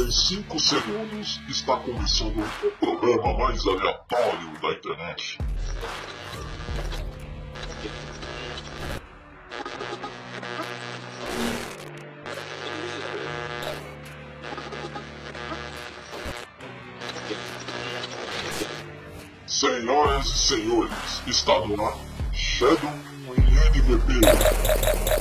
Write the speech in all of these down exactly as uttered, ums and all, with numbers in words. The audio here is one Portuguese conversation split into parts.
em cinco segundos está começando o programa mais aleatório da internet. Senhoras e senhores, está no ar Shadow em N V P.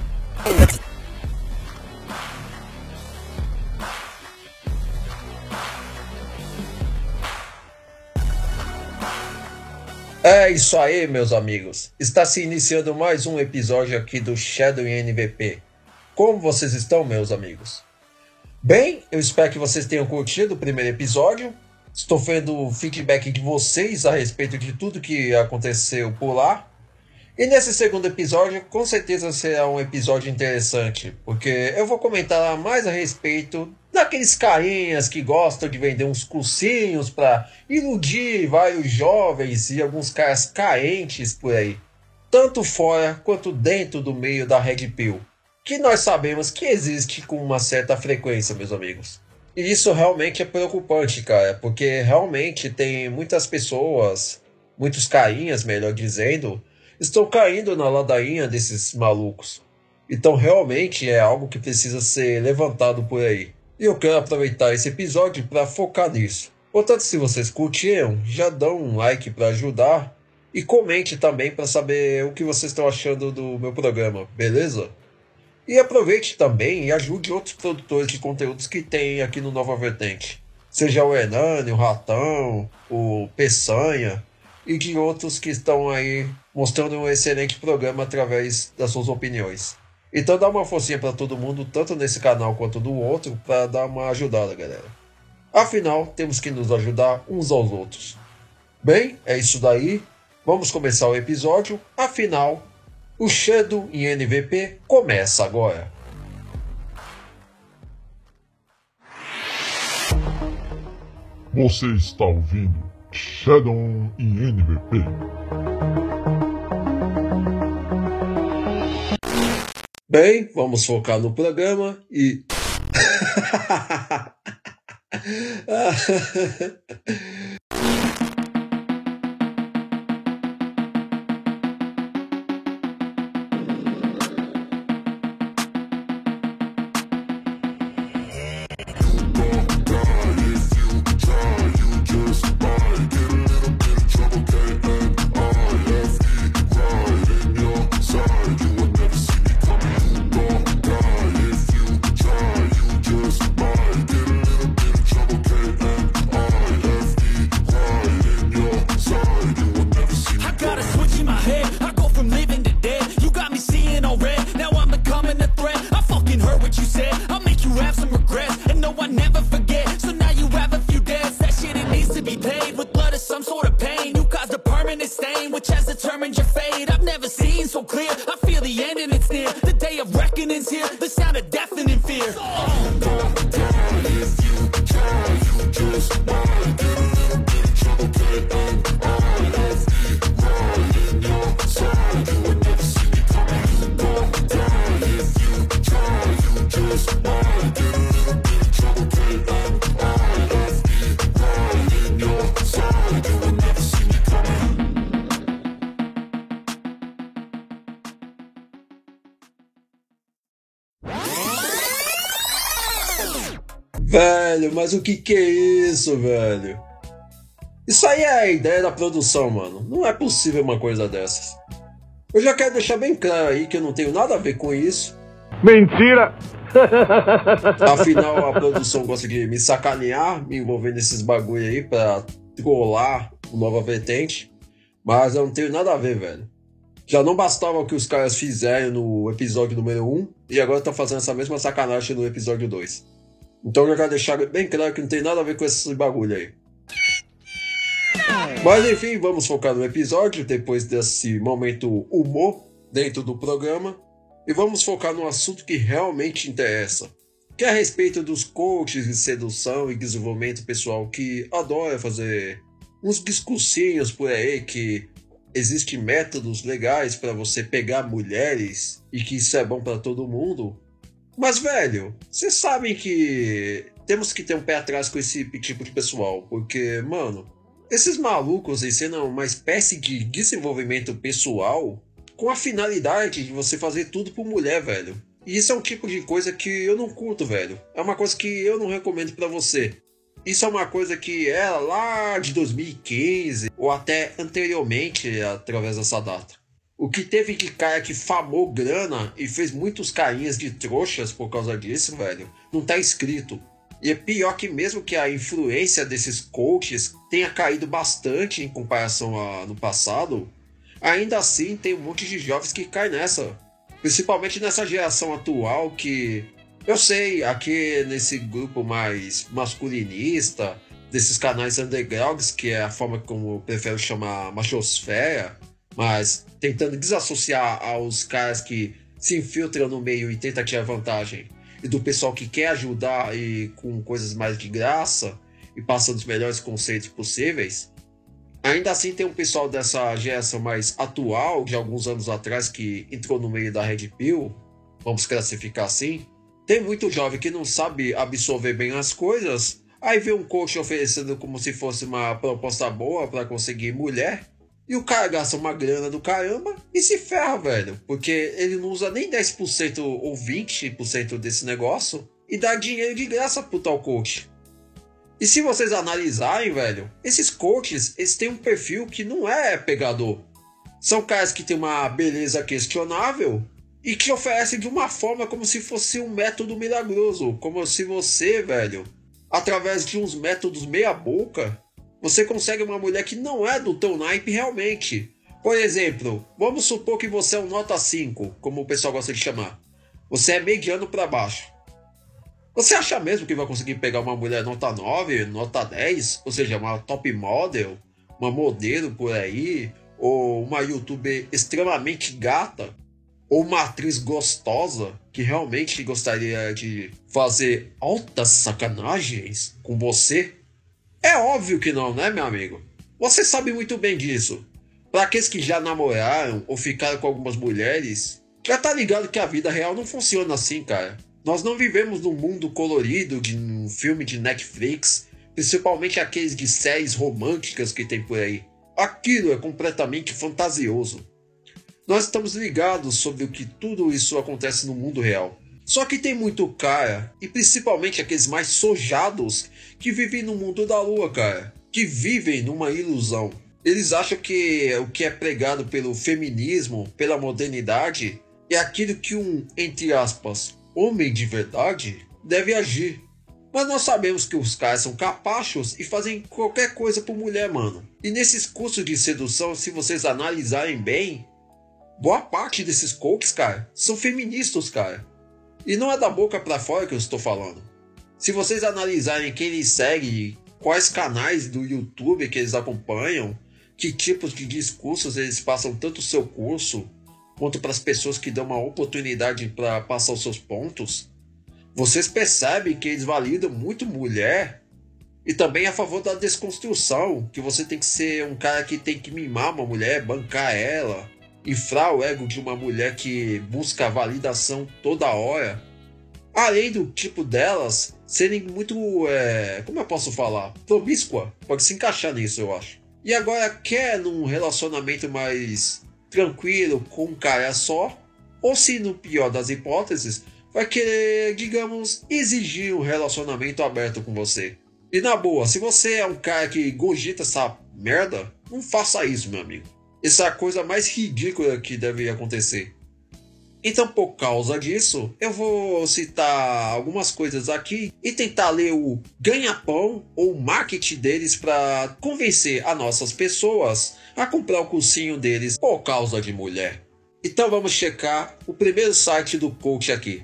É isso aí, meus amigos. Está se iniciando mais um episódio aqui do Shadow em N V P. Como vocês estão, meus amigos? Bem, eu espero que vocês tenham curtido o primeiro episódio. Estou vendo o feedback de vocês a respeito de tudo que aconteceu por lá. E nesse segundo episódio, com certeza será um episódio interessante, porque eu vou comentar mais a respeito daqueles carinhas que gostam de vender uns cursinhos para iludir vários jovens e alguns caras carentes por aí, tanto fora quanto dentro do meio da Red Pill, que nós sabemos que existe com uma certa frequência, meus amigos. E isso realmente é preocupante, cara, porque realmente tem muitas pessoas, muitos carinhas, melhor dizendo, estão caindo na ladainha desses malucos. Então realmente é algo que precisa ser levantado por aí. E eu quero aproveitar esse episódio para focar nisso. Portanto, se vocês curtiram, já dão um like para ajudar e comente também para saber o que vocês estão achando do meu programa, beleza? E aproveite também e ajude outros produtores de conteúdos que tem aqui no Nova Vertente. Seja o Hernani, o Ratão, o Peçanha e de outros que estão aí mostrando um excelente programa através das suas opiniões. Então dá uma forcinha para todo mundo, tanto nesse canal quanto no outro, para dar uma ajudada, galera. Afinal, temos que nos ajudar uns aos outros. Bem, é isso daí. Vamos começar o episódio. Afinal, o Shadow em N V P começa agora. Você está ouvindo Shadow em N V P. Bem, vamos focar no programa e... Velho, mas o que que é isso, velho? Isso aí é a ideia da produção, mano. Não é possível uma coisa dessas. Eu já quero deixar bem claro aí que eu não tenho nada a ver com isso. Mentira! Afinal, a produção gosta de me sacanear, me envolver nesses bagulho aí pra trollar o Nova Vertente. Mas eu não tenho nada a ver, velho. Já não bastava o que os caras fizeram no episódio número um e agora estão fazendo essa mesma sacanagem no episódio dois. Então eu já quero deixar bem claro que não tem nada a ver com esse bagulho aí. Mas enfim, vamos focar no episódio depois desse momento humor dentro do programa. E vamos focar no assunto que realmente interessa, que é a respeito dos coaches de sedução e desenvolvimento pessoal que adoram fazer uns discursinhos por aí que existem métodos legais para você pegar mulheres e que isso é bom para todo mundo. Mas, velho, vocês sabem que temos que ter um pé atrás com esse tipo de pessoal, porque, mano, esses malucos ensinam uma espécie de desenvolvimento pessoal com a finalidade de você fazer tudo por mulher, velho. E isso é um tipo de coisa que eu não curto, velho. É uma coisa que eu não recomendo pra você. Isso é uma coisa que era lá de dois mil e quinze, ou até anteriormente, através dessa data. O que teve de cara que famou grana e fez muitos carinhas de trouxas por causa disso, velho, não tá escrito. E é pior que mesmo que a influência desses coaches tenha caído bastante em comparação a no passado, ainda assim tem um monte de jovens que caem nessa. Principalmente nessa geração atual que, eu sei, aqui nesse grupo mais masculinista, desses canais undergrounds, que é a forma como eu prefiro chamar machosfera, mas tentando desassociar aos caras que se infiltram no meio e tentam tirar vantagem, e do pessoal que quer ajudar e com coisas mais de graça e passando os melhores conceitos possíveis. Ainda assim tem um pessoal dessa geração mais atual, de alguns anos atrás, que entrou no meio da Red Pill, vamos classificar assim. Tem muito jovem que não sabe absorver bem as coisas, aí vê um coach oferecendo como se fosse uma proposta boa para conseguir mulher, e o cara gasta uma grana do caramba e se ferra, velho. Porque ele não usa nem dez por cento ou vinte por cento desse negócio e dá dinheiro de graça pro tal coach. E se vocês analisarem, velho, esses coaches, eles têm um perfil que não é pegador. São caras que têm uma beleza questionável e que oferecem de uma forma como se fosse um método milagroso. Como se você, velho, através de uns métodos meia boca, você consegue uma mulher que não é do teu naipe realmente. Por exemplo, vamos supor que você é um nota cinco, como o pessoal gosta de chamar. Você é mediano para baixo. Você acha mesmo que vai conseguir pegar uma mulher nota nove, nota dez, ou seja, uma top model, uma modelo por aí, ou uma youtuber extremamente gata, ou uma atriz gostosa que realmente gostaria de fazer altas sacanagens com você? É óbvio que não, né, meu amigo? Você sabe muito bem disso. Para aqueles que já namoraram ou ficaram com algumas mulheres, já tá ligado que a vida real não funciona assim, cara. Nós não vivemos num mundo colorido de um filme de Netflix, principalmente aqueles de séries românticas que tem por aí. Aquilo é completamente fantasioso. Nós estamos ligados sobre o que tudo isso acontece no mundo real. Só que tem muito cara, e principalmente aqueles mais sojados, que vivem no mundo da lua, cara. Que vivem numa ilusão. Eles acham que o que é pregado pelo feminismo, pela modernidade, é aquilo que um, entre aspas, homem de verdade deve agir. Mas nós sabemos que os caras são capachos e fazem qualquer coisa por mulher, mano. E nesses cursos de sedução, se vocês analisarem bem, boa parte desses coaches, cara, são feministas, cara. E não é da boca pra fora que eu estou falando. Se vocês analisarem quem eles seguem, quais canais do YouTube que eles acompanham, que tipos de discursos eles passam tanto o seu curso, quanto para as pessoas que dão uma oportunidade para passar os seus pontos, vocês percebem que eles validam muito mulher e também a favor da desconstrução, que você tem que ser um cara que tem que mimar uma mulher, bancar ela, inflar o ego de uma mulher que busca a validação toda hora, além do tipo delas serem muito, é, como eu posso falar, promíscua, pode se encaixar nisso, eu acho. E agora quer num relacionamento mais tranquilo com um cara só, ou se no pior das hipóteses, vai querer, digamos, exigir um relacionamento aberto com você. E na boa, se você é um cara que cogita essa merda, não faça isso, meu amigo. Essa é a coisa mais ridícula que deve acontecer. Então, por causa disso, eu vou citar algumas coisas aqui e tentar ler o ganha-pão ou marketing deles para convencer as nossas pessoas a comprar o cursinho deles por causa de mulher. Então vamos checar o primeiro site do coach aqui.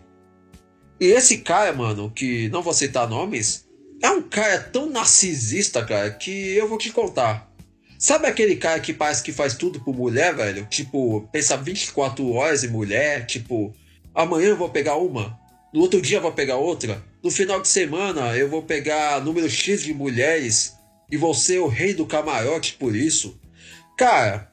E esse cara, mano, que não vou citar nomes, é um cara tão narcisista, cara, que eu vou te contar. Sabe aquele cara que parece que faz tudo por mulher, velho? Tipo, pensa vinte e quatro horas em mulher, tipo, amanhã eu vou pegar uma, no outro dia eu vou pegar outra, no final de semana eu vou pegar número X de mulheres e vou ser o rei do camarote por isso. Cara,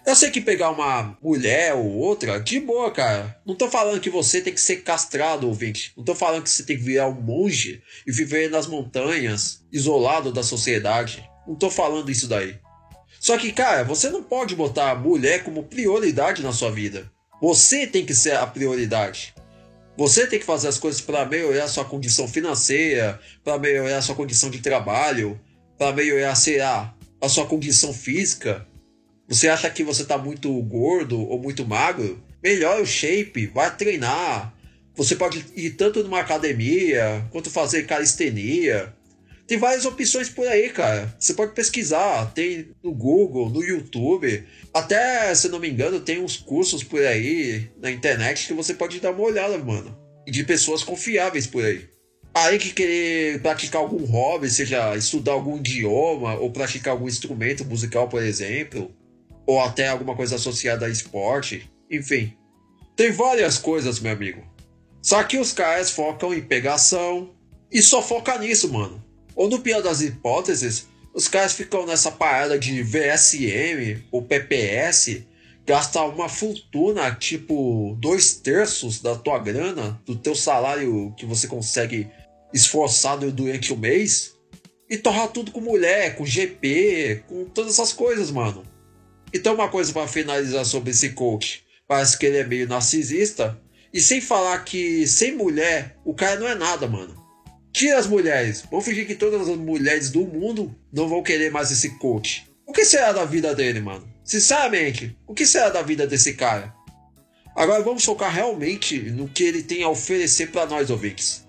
Eu sei que pegar uma mulher ou outra, de boa, cara. Não tô falando que você tem que ser castrado, ouvinte. Não tô falando que você tem que virar um monge e viver nas montanhas, isolado da sociedade. Não tô falando isso daí. Só que, cara, você não pode botar a mulher como prioridade na sua vida. Você tem que ser a prioridade. Você tem que fazer as coisas para melhorar a sua condição financeira, para melhorar a sua condição de trabalho, para melhorar, sei lá, a sua condição física. Você acha que você está muito gordo ou muito magro? Melhora o shape, vai treinar. Você pode ir tanto numa academia, quanto fazer calistenia. Tem várias opções por aí, cara. Você pode pesquisar, tem no Google, no YouTube. Até, se não me engano, tem uns cursos por aí na internet que você pode dar uma olhada, mano. E de pessoas confiáveis por aí. Além de querer praticar algum hobby, seja estudar algum idioma ou praticar algum instrumento musical, por exemplo, ou até alguma coisa associada a esporte, enfim. Tem várias coisas, meu amigo. Só que os caras focam em pegação e só foca nisso, mano. Ou no pior das hipóteses, os caras ficam nessa parada de V S M ou P P S, gastar uma fortuna, tipo dois terços da tua grana, do teu salário que você consegue esforçado durante o mês, e torrar tudo com mulher, com G P, com todas essas coisas, mano. Então, uma coisa para finalizar sobre esse coach, parece que ele é meio narcisista, e sem falar que sem mulher o cara não é nada, mano. Tira as mulheres, vamos fingir que todas as mulheres do mundo não vão querer mais esse coach. O que será da vida dele, mano? Sinceramente, o que será da vida desse cara? Agora vamos focar realmente no que ele tem a oferecer para nós, ouvintes.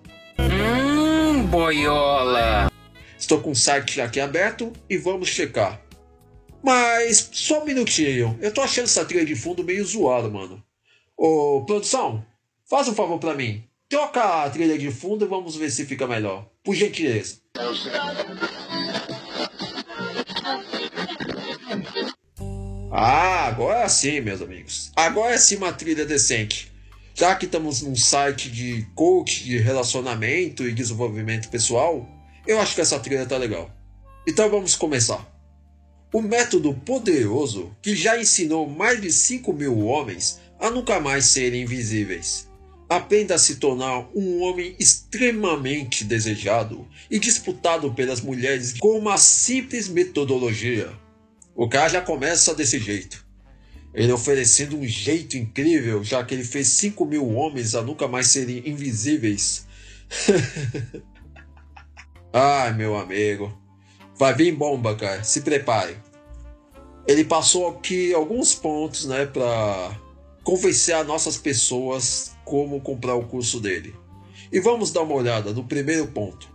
Hum, boiola! Estou com o site aqui aberto e vamos checar. Mas, só um minutinho, eu tô achando essa trilha de fundo meio zoada, mano. Ô, produção, faz um favor pra mim. Troca a trilha de fundo e vamos ver se fica melhor. Por gentileza. Ah, agora sim, meus amigos. Agora sim uma trilha decente. Já que estamos num site de coach, de relacionamento e desenvolvimento pessoal, eu acho que essa trilha tá legal. Então vamos começar. O método poderoso que já ensinou mais de cinco mil homens a nunca mais serem invisíveis. Aprenda a se tornar um homem extremamente desejado e disputado pelas mulheres com uma simples metodologia. O cara já começa desse jeito. Ele oferecendo um jeito incrível, já que ele fez cinco mil homens a nunca mais serem invisíveis. Ai, meu amigo. Vai vir bomba, cara. Se prepare. Ele passou aqui alguns pontos, né, para convencer as nossas pessoas como comprar o curso dele. E vamos dar uma olhada no primeiro ponto.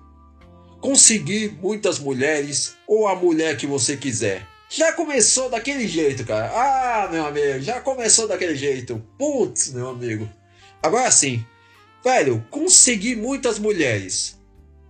Conseguir muitas mulheres ou a mulher que você quiser. Já começou daquele jeito, cara. Ah, meu amigo, já começou daquele jeito. Putz, meu amigo. Agora sim. Velho, conseguir muitas mulheres.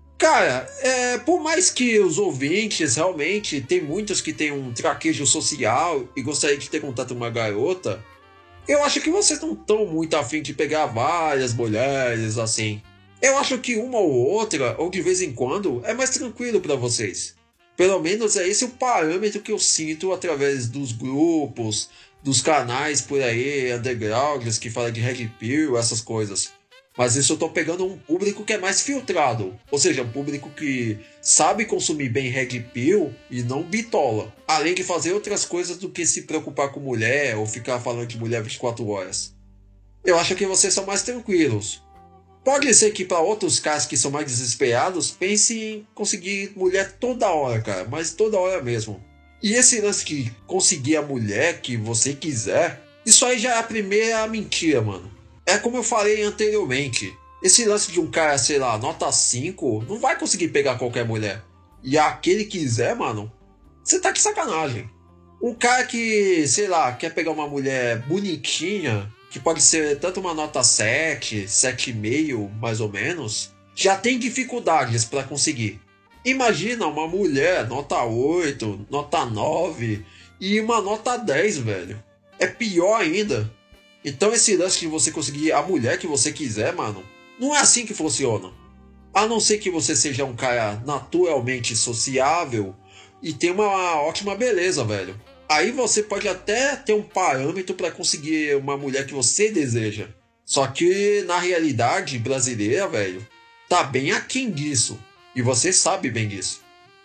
Cara, é, por mais que os ouvintes realmente tem muitos que têm um traquejo social e gostariam de ter contato com uma garota, eu acho que vocês não estão muito afim de pegar várias mulheres assim. Eu acho que uma ou outra, ou de vez em quando, é mais tranquilo para vocês. Pelo menos é esse o parâmetro que eu sinto através dos grupos, dos canais por aí, undergrounds, que falam de Red Pill, essas coisas. Mas isso eu tô pegando um público que é mais filtrado. Ou seja, um público que sabe consumir bem Red Pill e não bitola. Além de fazer outras coisas do que se preocupar com mulher ou ficar falando de mulher vinte e quatro horas. Eu acho que vocês são mais tranquilos. Pode ser que para outros caras que são mais desesperados, pense em conseguir mulher toda hora, cara. Mas toda hora mesmo. E esse lance de conseguir a mulher que você quiser, isso aí já é a primeira mentira, mano. É como eu falei anteriormente. Esse lance de um cara, sei lá, nota cinco, não vai conseguir pegar qualquer mulher. E aquele quiser, mano, você tá de sacanagem. Um cara que, sei lá, quer pegar uma mulher bonitinha, que pode ser tanto uma nota sete, sete vírgula cinco, mais ou menos, já tem dificuldades para conseguir. Imagina uma mulher nota oito, nota nove e uma nota dez, velho. É pior ainda. Então esse lance de você conseguir a mulher que você quiser, mano, não é assim que funciona. A não ser que você seja um cara naturalmente sociável e tenha uma ótima beleza, velho. Aí você pode até ter um parâmetro para conseguir uma mulher que você deseja. Só que na realidade brasileira, velho, tá bem aquém disso. E você sabe bem disso.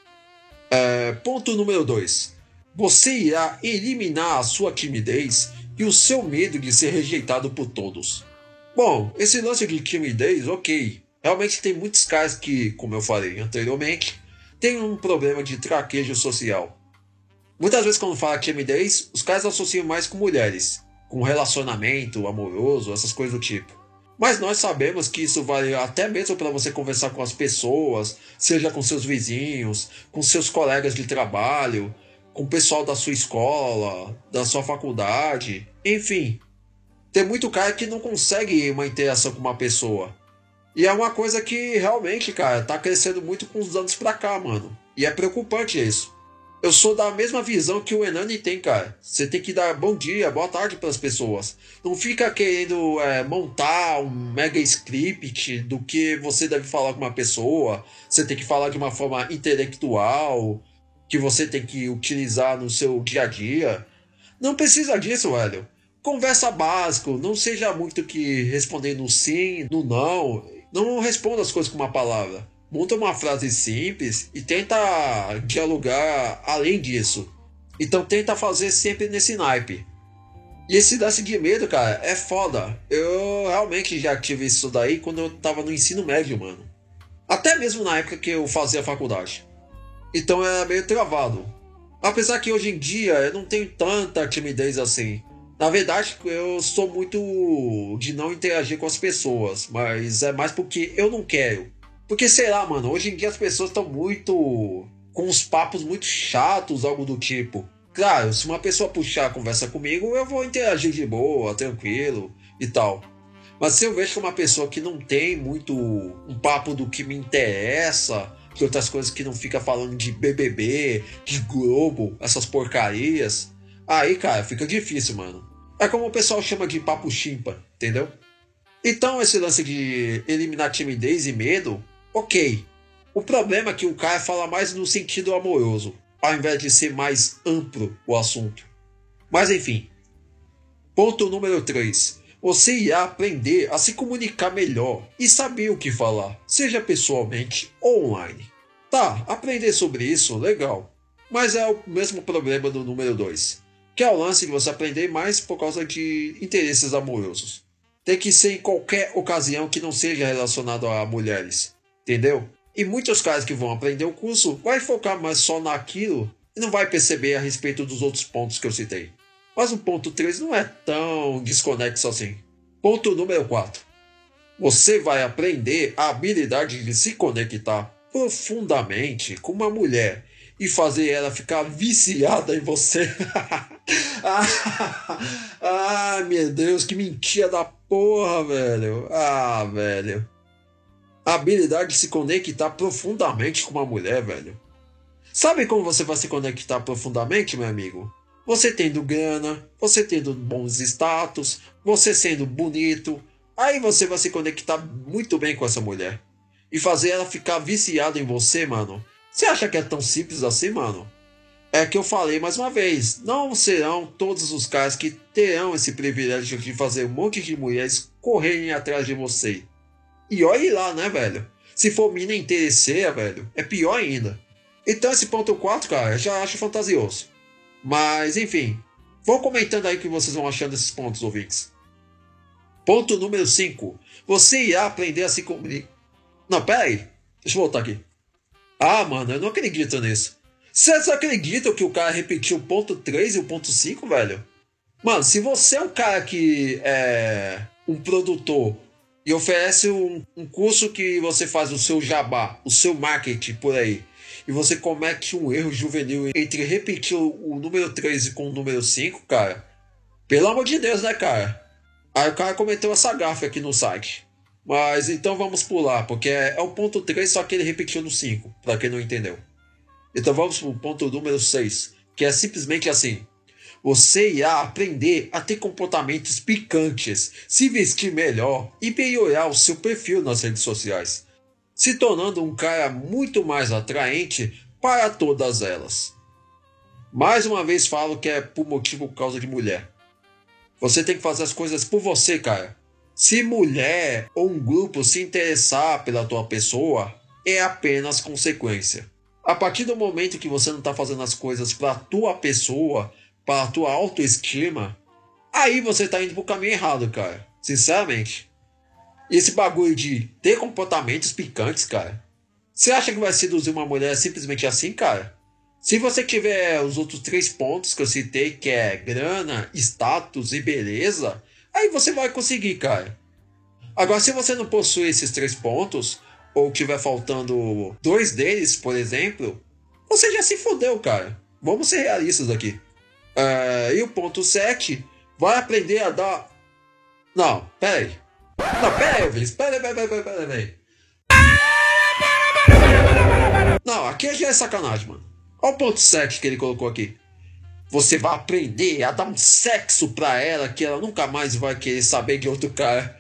É, ponto número dois. Você irá eliminar a sua timidez e o seu medo de ser rejeitado por todos. Bom, esse lance de timidez, ok. Realmente tem muitos caras que, como eu falei anteriormente, tem um problema de traquejo social. Muitas vezes quando fala timidez, os caras associam mais com mulheres, com relacionamento amoroso, essas coisas do tipo. Mas nós sabemos que isso vale até mesmo para você conversar com as pessoas, seja com seus vizinhos, com seus colegas de trabalho, com o pessoal da sua escola, da sua faculdade, enfim. Tem muito cara que não consegue uma interação com uma pessoa. E é uma coisa que realmente, cara, tá crescendo muito com os anos pra cá, mano. E é preocupante isso. Eu sou da mesma visão que o Enani tem, cara. Você tem que dar bom dia, boa tarde pras pessoas. Não fica querendo é, montar um mega script do que você deve falar com uma pessoa. Você tem que falar de uma forma intelectual, que você tem que utilizar no seu dia a dia. Não precisa disso, velho. Conversa básico, não seja muito que responder no sim, no não. Não responda as coisas com uma palavra. Monta uma frase simples e tenta dialogar além disso. Então tenta fazer sempre nesse naipe. E esse lance de medo, cara, é foda. Eu realmente já tive isso daí quando eu tava no ensino médio, mano. Até mesmo na época que eu fazia faculdade. Então era meio travado. Apesar que hoje em dia eu não tenho tanta timidez assim. Na verdade, eu sou muito de não interagir com as pessoas, mas é mais porque eu não quero. Porque, sei lá, mano, hoje em dia as pessoas estão muito... com uns papos muito chatos, algo do tipo. Claro, se uma pessoa puxar a conversa comigo, eu vou interagir de boa, tranquilo e tal. Mas se eu vejo que uma pessoa que não tem muito um papo do que me interessa, de outras coisas que não fica falando de B B B, de Globo, essas porcarias... Aí, cara, fica difícil, mano. É como o pessoal chama de papo chimpa, entendeu? Então, esse lance de eliminar timidez e medo, ok. O problema é que o cara fala mais no sentido amoroso, ao invés de ser mais amplo o assunto. Mas, enfim. Ponto número três. Você irá aprender a se comunicar melhor e saber o que falar, seja pessoalmente ou online. Tá, aprender sobre isso, legal. Mas é o mesmo problema do número dois. Que é o lance de você aprender mais por causa de interesses amorosos. Tem que ser em qualquer ocasião que não seja relacionado a mulheres, entendeu? E muitos caras que vão aprender o curso vai focar mais só naquilo e não vai perceber a respeito dos outros pontos que eu citei. Mas o ponto três não é tão desconexo assim. Ponto número quatro. Você vai aprender a habilidade de se conectar profundamente com uma mulher e fazer ela ficar viciada em você. Ah, meu Deus, que mentira da porra, velho. Ah, velho. A habilidade de se conectar profundamente com uma mulher, velho. Sabe como você vai se conectar profundamente, meu amigo? Você tendo grana, você tendo bons status, você sendo bonito. Aí você vai se conectar muito bem com essa mulher. E fazer ela ficar viciada em você, mano. Você acha que é tão simples assim, mano? É que eu falei mais uma vez, não serão todos os caras que terão esse privilégio de fazer um monte de mulheres correrem atrás de você. E olhe lá, né, velho? Se for mina interesseira, velho, é pior ainda. Então esse ponto quatro, cara, eu já acho fantasioso. Mas, enfim, vão comentando aí o que vocês vão achando desses pontos, ouvintes. Ponto número cinco. Você irá aprender a se comunicar... Não, pera aí. Deixa eu voltar aqui. Ah, mano, eu não acredito nisso. Vocês acreditam que o cara repetiu o ponto três e o ponto cinco, velho? Mano, se você é um cara que é um produtor e oferece um, um curso que você faz o seu jabá, o seu marketing por aí, e você comete um erro juvenil entre repetir o, o número três com o número cinco, cara, pelo amor de Deus, né, cara? Aí o cara cometeu essa gafe aqui no site. Mas então vamos pular, porque é, é o ponto três, só que ele repetiu no cinco, pra quem não entendeu. Então vamos para o ponto número seis, que é simplesmente assim. Você irá aprender a ter comportamentos picantes, se vestir melhor e melhorar o seu perfil nas redes sociais, se tornando um cara muito mais atraente para todas elas. Mais uma vez falo que é por motivo por causa de mulher. Você tem que fazer as coisas por você, cara. Se mulher ou um grupo se interessar pela tua pessoa, é apenas consequência. A partir do momento que você não está fazendo as coisas para tua pessoa, para tua autoestima, aí você tá indo pro caminho errado, cara. Sinceramente. E esse bagulho de ter comportamentos picantes, cara. Você acha que vai seduzir uma mulher simplesmente assim, cara? Se você tiver os outros três pontos que eu citei, que é grana, status e beleza, aí você vai conseguir, cara. Agora, se você não possui esses três pontos, ou tiver faltando dois deles, por exemplo, você já se fodeu, cara. Vamos ser realistas aqui. É, e o ponto sete, vai aprender a dar... Não, pera aí. Não, pera aí, Vinícius. Pera aí, pera aí, pera aí, pera aí. Não, aqui já é sacanagem, mano. Olha o ponto sete que ele colocou aqui. Você vai aprender a dar um sexo pra ela que ela nunca mais vai querer saber de outro cara.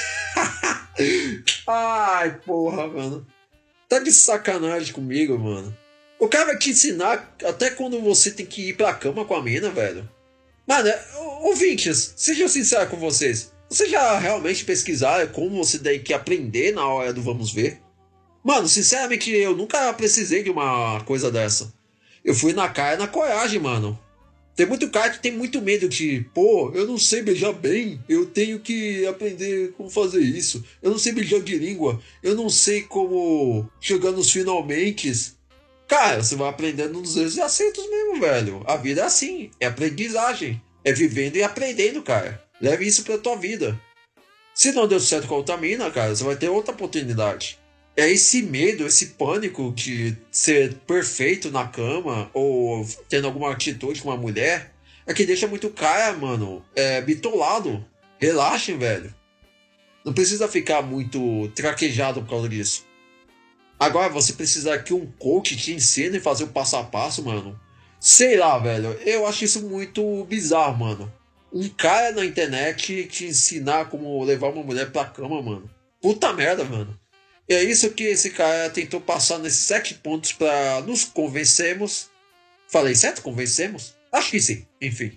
Ai, porra, mano. Tá de sacanagem comigo, mano. O cara vai te ensinar até quando você tem que ir pra cama com a mina, velho. Mano, ouvintes, seja sincero com vocês. Vocês já realmente pesquisaram como você tem que aprender na hora do vamos ver? Mano, sinceramente, eu nunca precisei de uma coisa dessa. Eu fui na cara e na coragem, mano. Tem muito cara que tem muito medo de... Pô, eu não sei beijar bem. Eu tenho que aprender como fazer isso. Eu não sei beijar de língua. Eu não sei como chegar nos finalmente. Cara, você vai aprendendo nos erros e acertos mesmo, velho. A vida é assim. É aprendizagem. É vivendo e aprendendo, cara. Leve isso pra tua vida. Se não deu certo com a outra mina, cara, você vai ter outra oportunidade. É esse medo, esse pânico de ser perfeito na cama ou tendo alguma atitude com uma mulher é que deixa muito cara, mano, é, bitolado. Relaxem, velho. Não precisa ficar muito traquejado por causa disso. Agora, você precisa que um coach te ensine a fazer o passo a passo, mano. Sei lá, velho. Eu acho isso muito bizarro, mano. Um cara na internet te ensinar como levar uma mulher pra cama, mano. Puta merda, mano. E é isso que esse cara tentou passar nesses sete pontos para nos convencermos. Falei certo? Convencemos? Acho que sim. Enfim.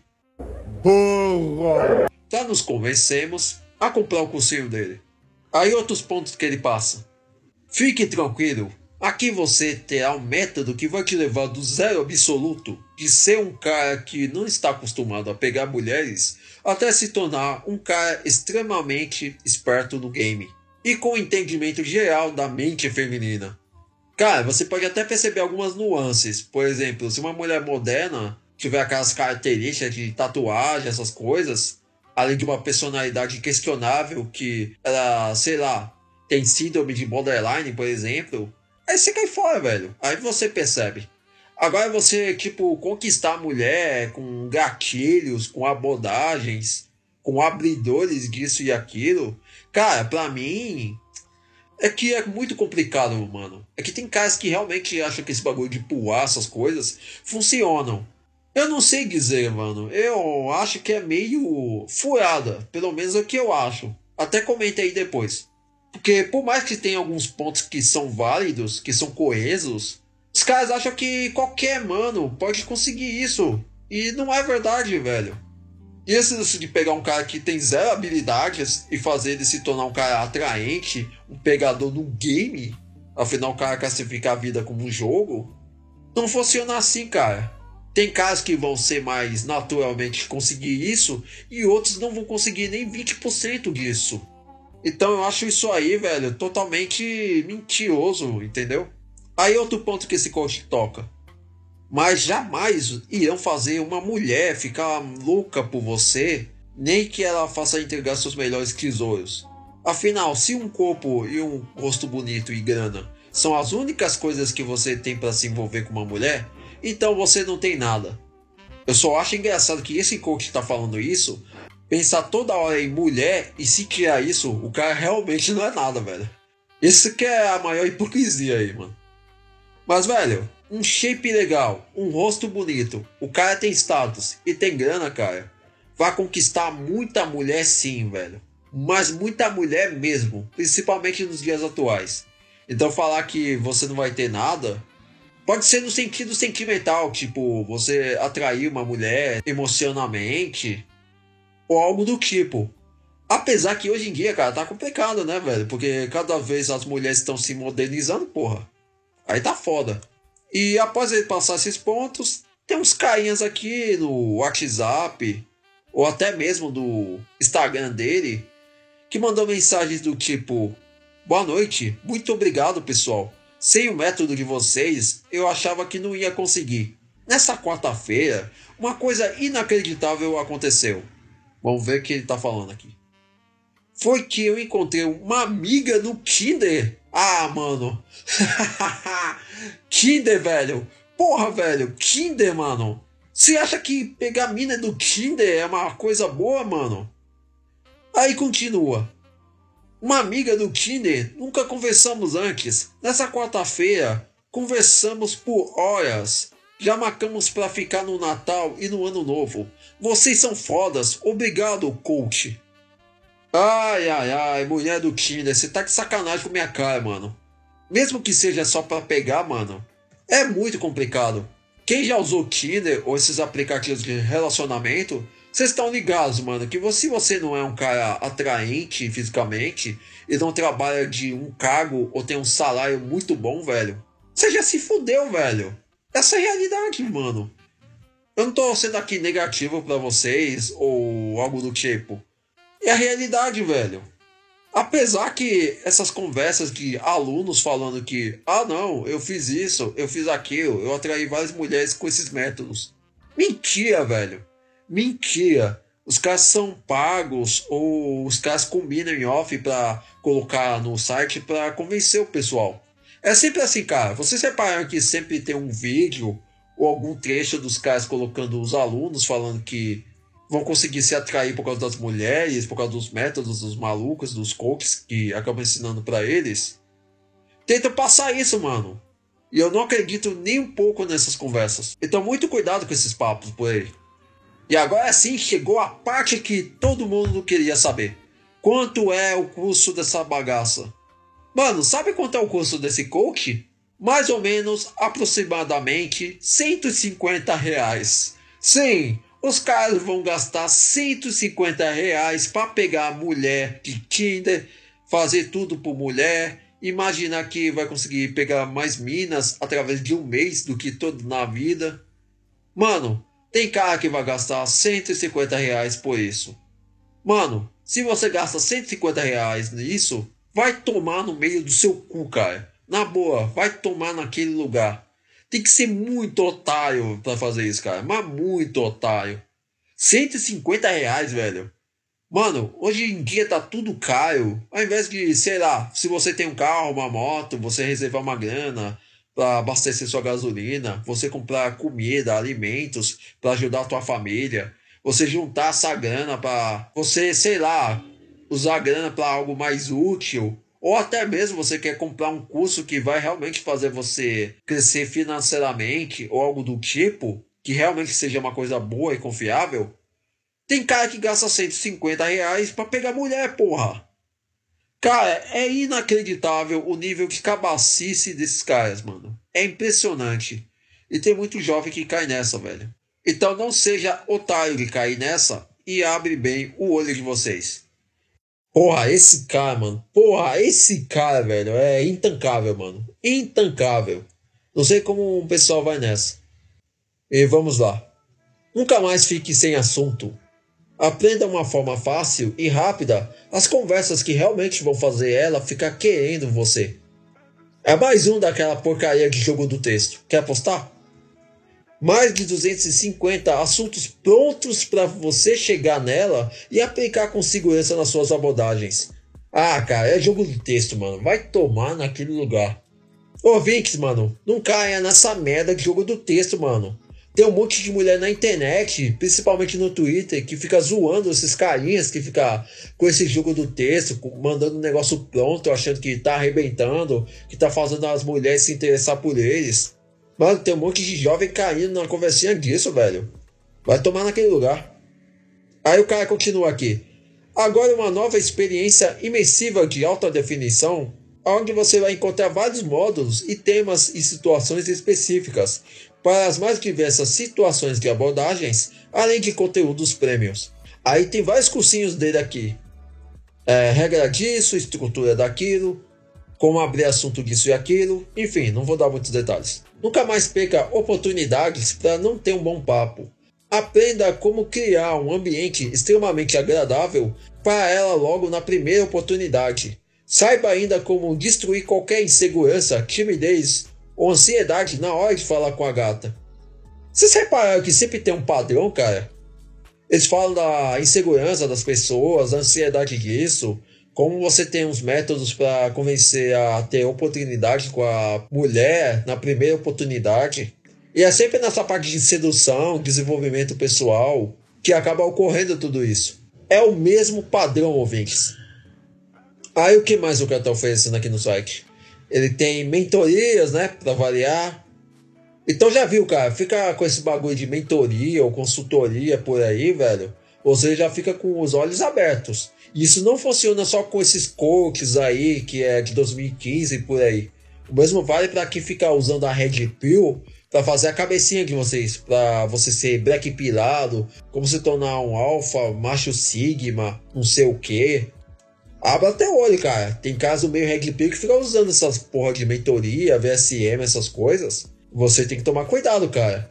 Boa! Para nos convencermos a comprar o cursinho dele. Aí outros pontos que ele passa. Fique tranquilo. Aqui você terá um método que vai te levar do zero absoluto de ser um cara que não está acostumado a pegar mulheres até se tornar um cara extremamente esperto no game. E com entendimento geral da mente feminina. Cara, você pode até perceber algumas nuances. Por exemplo, se uma mulher moderna tiver aquelas características de tatuagem, essas coisas, além de uma personalidade questionável que ela, sei lá, tem síndrome de borderline, por exemplo, aí você cai fora, velho. Aí você percebe. Agora você, tipo, conquistar a mulher com gatilhos, com abordagens, com abridores disso e aquilo... Cara, pra mim, é que é muito complicado, mano. É que tem caras que realmente acham que esse bagulho de pular essas coisas funcionam. Eu não sei dizer, mano. Eu acho que é meio furada. Pelo menos é o que eu acho. Até comenta aí depois. Porque por mais que tenha alguns pontos que são válidos, que são coesos, os caras acham que qualquer mano pode conseguir isso. E não é verdade, velho. E esse de pegar um cara que tem zero habilidades e fazer ele se tornar um cara atraente, um pegador no game, afinal o cara classifica a vida como um jogo, não funciona assim, cara. Tem caras que vão ser mais naturalmente conseguir isso e outros não vão conseguir nem vinte por cento disso. Então eu acho isso aí, velho, totalmente mentiroso, entendeu? Aí outro ponto que esse coach toca. Mas jamais irão fazer uma mulher ficar louca por você, nem que ela faça entregar seus melhores tesouros. Afinal, se um corpo e um rosto bonito e grana são as únicas coisas que você tem para se envolver com uma mulher, então você não tem nada. Eu só acho engraçado que esse coach está falando isso, pensar toda hora em mulher e se tirar isso, o cara realmente não é nada, velho. Isso que é a maior hipocrisia aí, mano. Mas, velho, um shape legal, um rosto bonito, o cara tem status e tem grana, cara, vai conquistar muita mulher sim, velho. Mas muita mulher mesmo, principalmente nos dias atuais. Então falar que você não vai ter nada, Pode ser no sentido sentimental, tipo, você atrair uma mulher emocionalmente ou algo do tipo. Apesar que hoje em dia, cara, tá complicado, né, velho? Porque cada vez as mulheres estão se modernizando, porra. Aí tá foda. E após ele passar esses pontos, tem uns carinhas aqui no WhatsApp, ou até mesmo do Instagram dele, que mandou mensagens do tipo: boa noite, muito obrigado, pessoal. Sem o método de vocês, eu achava que não ia conseguir. Nessa quarta-feira, uma coisa inacreditável aconteceu. Vamos ver o que ele tá falando aqui. Foi que eu encontrei uma amiga no Tinder. Ah, mano. Tinder, velho. Porra, velho. Tinder, mano. Você acha que pegar mina do Tinder é uma coisa boa, mano? Aí continua. Uma amiga do Tinder, nunca conversamos antes. Nessa quarta-feira, conversamos por horas. Já marcamos pra ficar no Natal e no Ano Novo. Vocês são fodas. Obrigado, coach. Ai, ai, ai, mulher do Tinder, você tá de sacanagem com minha cara, mano. Mesmo que seja só pra pegar, mano, é muito complicado. Quem já usou Tinder ou esses aplicativos de relacionamento, vocês estão ligados, mano, que se você não é um cara atraente fisicamente e não trabalha de um cargo ou tem um salário muito bom, velho, você já se fudeu, velho. Essa é a realidade, mano. Eu não tô sendo aqui negativo pra vocês ou algo do tipo. É a realidade, velho. Apesar que essas conversas de alunos falando que ah não, eu fiz isso, eu fiz aquilo, eu atraí várias mulheres com esses métodos. Mentira, velho. Mentira. Os caras são pagos ou os caras combinam em off pra colocar no site pra convencer o pessoal. É sempre assim, cara. Vocês repararam que sempre tem um vídeo ou algum trecho dos caras colocando os alunos falando que vão conseguir se atrair por causa das mulheres, por causa dos métodos dos malucos, dos coaches que acabam ensinando pra eles. Tenta passar isso, mano. E eu não acredito nem um pouco nessas conversas. Então muito cuidado com esses papos por aí. E agora sim chegou a parte que todo mundo queria saber. Quanto é o custo dessa bagaça? Mano, sabe quanto é o custo desse coach? Mais ou menos, aproximadamente, cento e cinquenta reais. Sim, os caras vão gastar cento e cinquenta reais para pegar a mulher de Tinder, fazer tudo por mulher, imaginar que vai conseguir pegar mais minas através de um mês do que todo na vida. Mano, tem cara que vai gastar cento e cinquenta reais por isso. Mano, se você gasta cento e cinquenta reais nisso, vai tomar no meio do seu cu, cara. Na boa, vai tomar naquele lugar. Tem que ser muito otário pra fazer isso, cara. Mas muito otário. cento e cinquenta reais, velho. Mano, hoje em dia tá tudo caro. Ao invés de, sei lá, se você tem um carro, uma moto, você reservar uma grana pra abastecer sua gasolina, você comprar comida, alimentos pra ajudar a tua família, você juntar essa grana pra você, sei lá, usar a grana pra algo mais útil. Ou até mesmo você quer comprar um curso que vai realmente fazer você crescer financeiramente ou algo do tipo, que realmente seja uma coisa boa e confiável. Tem cara que gasta cento e cinquenta reais pra pegar mulher, porra. Cara, é inacreditável o nível de cabacice desses caras, mano. É impressionante. E tem muito jovem que cai nessa, velho. Então não seja otário de cair nessa e abre bem o olho de vocês. Porra, esse cara, mano. Porra, esse cara, velho, é intancável, mano. Intancável. Não sei como o pessoal vai nessa. E vamos lá. Nunca mais fique sem assunto. Aprenda uma forma fácil e rápida as conversas que realmente vão fazer ela ficar querendo você. É mais um daquela porcaria de jogo do texto. Quer apostar? Mais de duzentos e cinquenta assuntos prontos para você chegar nela e aplicar com segurança nas suas abordagens. Ah, cara, é jogo de texto, mano. Vai tomar naquele lugar. Ô, Vinx, mano, não caia nessa merda de jogo do texto, mano. Tem um monte de mulher na internet, principalmente no Twitter, que fica zoando esses carinhas que fica com esse jogo do texto, mandando um negócio pronto, achando que tá arrebentando, que tá fazendo as mulheres se interessar por eles. Mano, tem um monte de jovem caindo na conversinha disso, velho. Vai tomar naquele lugar. Aí o cara continua aqui. Agora uma nova experiência imersiva de alta definição onde você vai encontrar vários módulos e temas e situações específicas para as mais diversas situações de abordagens, além de conteúdos premiums. Aí tem vários cursinhos dele aqui. É, regra disso, estrutura daquilo, como abrir assunto disso e aquilo, enfim, não vou dar muitos detalhes. Nunca mais perca oportunidades para não ter um bom papo. Aprenda como criar um ambiente extremamente agradável para ela logo na primeira oportunidade. Saiba ainda como destruir qualquer insegurança, timidez ou ansiedade na hora de falar com a gata. Vocês repararam que sempre tem um padrão, cara? Eles falam da insegurança das pessoas, da ansiedade disso, como você tem uns métodos para convencer a ter oportunidade com a mulher na primeira oportunidade. E é sempre nessa parte de sedução, desenvolvimento pessoal, que acaba ocorrendo tudo isso. É o mesmo padrão, ouvintes. Aí o que mais o cara está oferecendo aqui no site? Ele tem mentorias, né, para variar. Então já viu, cara, fica com esse bagulho de mentoria ou consultoria por aí, velho. Você já fica com os olhos abertos. E isso não funciona só com esses coaches aí, que é de dois mil e quinze e por aí. O mesmo vale para quem fica usando a Red Pill para fazer a cabecinha de vocês, para você ser black pilado, como se tornar um alfa, macho sigma, não sei o que. Abra até o olho, cara. Tem caso meio Red Pill que fica usando essas porra de mentoria, V S M, essas coisas. Você tem que tomar cuidado, cara.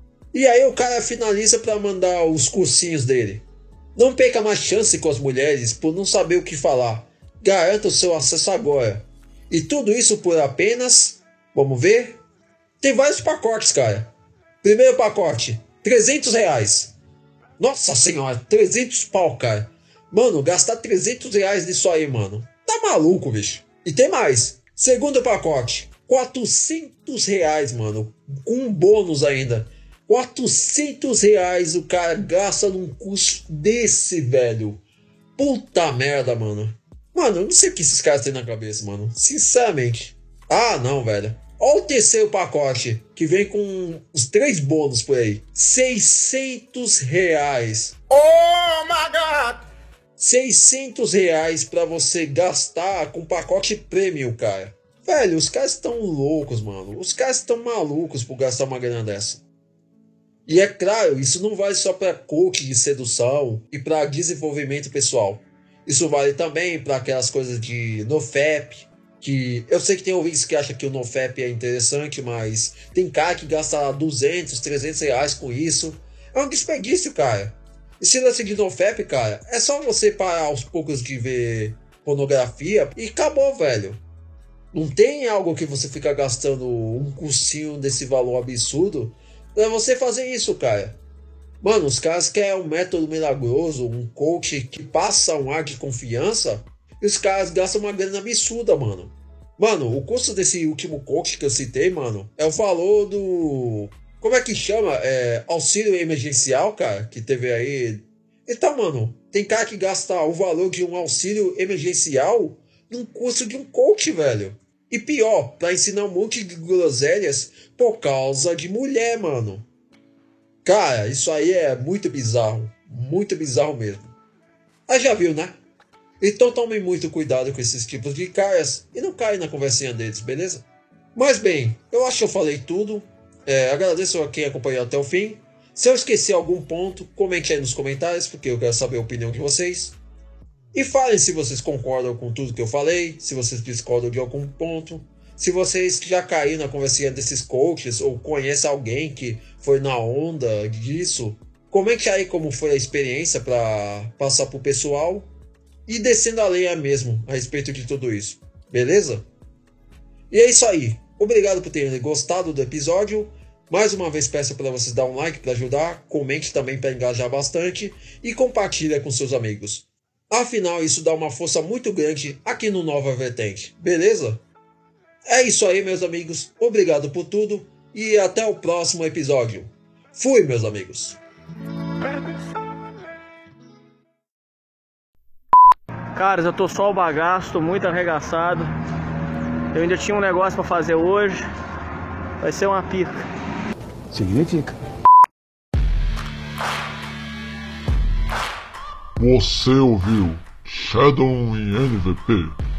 E aí o cara finaliza para mandar os cursinhos dele. Não perca mais chance com as mulheres por não saber o que falar. Garanta o seu acesso agora. E tudo isso por apenas... Vamos ver? Tem vários pacotes, cara. Primeiro pacote, trezentos reais. Nossa senhora, trezentos pau, cara. Mano, gastar trezentos reais nisso aí, mano. Tá maluco, bicho. E tem mais. Segundo pacote, quatrocentos reais, mano. Com um bônus ainda. quatrocentos reais o cara gasta num curso desse, velho. Puta merda, mano. Mano, eu não sei o que esses caras têm na cabeça, mano. Sinceramente. Ah, não, velho. Olha o terceiro pacote, que vem com os três bônus por aí. seiscentos reais. Oh, my God! seiscentos reais pra você gastar com pacote premium, cara. Velho, os caras estão loucos, mano. Os caras estão malucos por gastar uma grana dessa. E é claro, isso não vale só para coach de sedução e para desenvolvimento pessoal. Isso vale também para aquelas coisas de NoFap, que eu sei que tem ouvintes que acham que o NoFap é interessante, mas tem cara que gasta duzentos, trezentos reais com isso. É um desperdício, cara. Esse lance de NoFap, cara, é só você parar aos poucos de ver pornografia e acabou, velho. Não tem algo que você fica gastando um cursinho desse valor absurdo pra você fazer isso, cara. Mano, os caras querem um método milagroso, um coach que passa um ar de confiança, e os caras gastam uma grana absurda, mano. Mano, o custo desse último coach que eu citei, mano, é o valor do... Como é que chama? É, auxílio emergencial, cara, que teve aí. Então, mano, tem cara que gasta o valor de um auxílio emergencial num curso de um coach, velho. E pior, pra ensinar um monte de groselhas por causa de mulher, mano. Cara, isso aí é muito bizarro. Muito bizarro mesmo. Aí já viu, né? Então tomem muito cuidado com esses tipos de caras e não caem na conversinha deles, beleza? Mas bem, eu acho que eu falei tudo. É, agradeço a quem acompanhou até o fim. Se eu esqueci algum ponto, comente aí nos comentários, porque eu quero saber a opinião de vocês. E falem se vocês concordam com tudo que eu falei, se vocês discordam de algum ponto, se vocês já caíram na conversinha desses coaches ou conhecem alguém que foi na onda disso. Comente aí como foi a experiência para passar pro pessoal e descendo a lenha mesmo a respeito de tudo isso, beleza? E é isso aí. Obrigado por terem gostado do episódio. Mais uma vez peço para vocês dar um like para ajudar, comente também para engajar bastante e compartilhe com seus amigos. Afinal, isso dá uma força muito grande aqui no Nova Vertente, beleza? É isso aí, meus amigos. Obrigado por tudo e até o próximo episódio. Fui, meus amigos. Caras, eu tô só o bagaço, tô muito arregaçado. Eu ainda tinha um negócio pra fazer hoje. Vai ser uma pica. Significa. Você ouviu Shadow em N V P.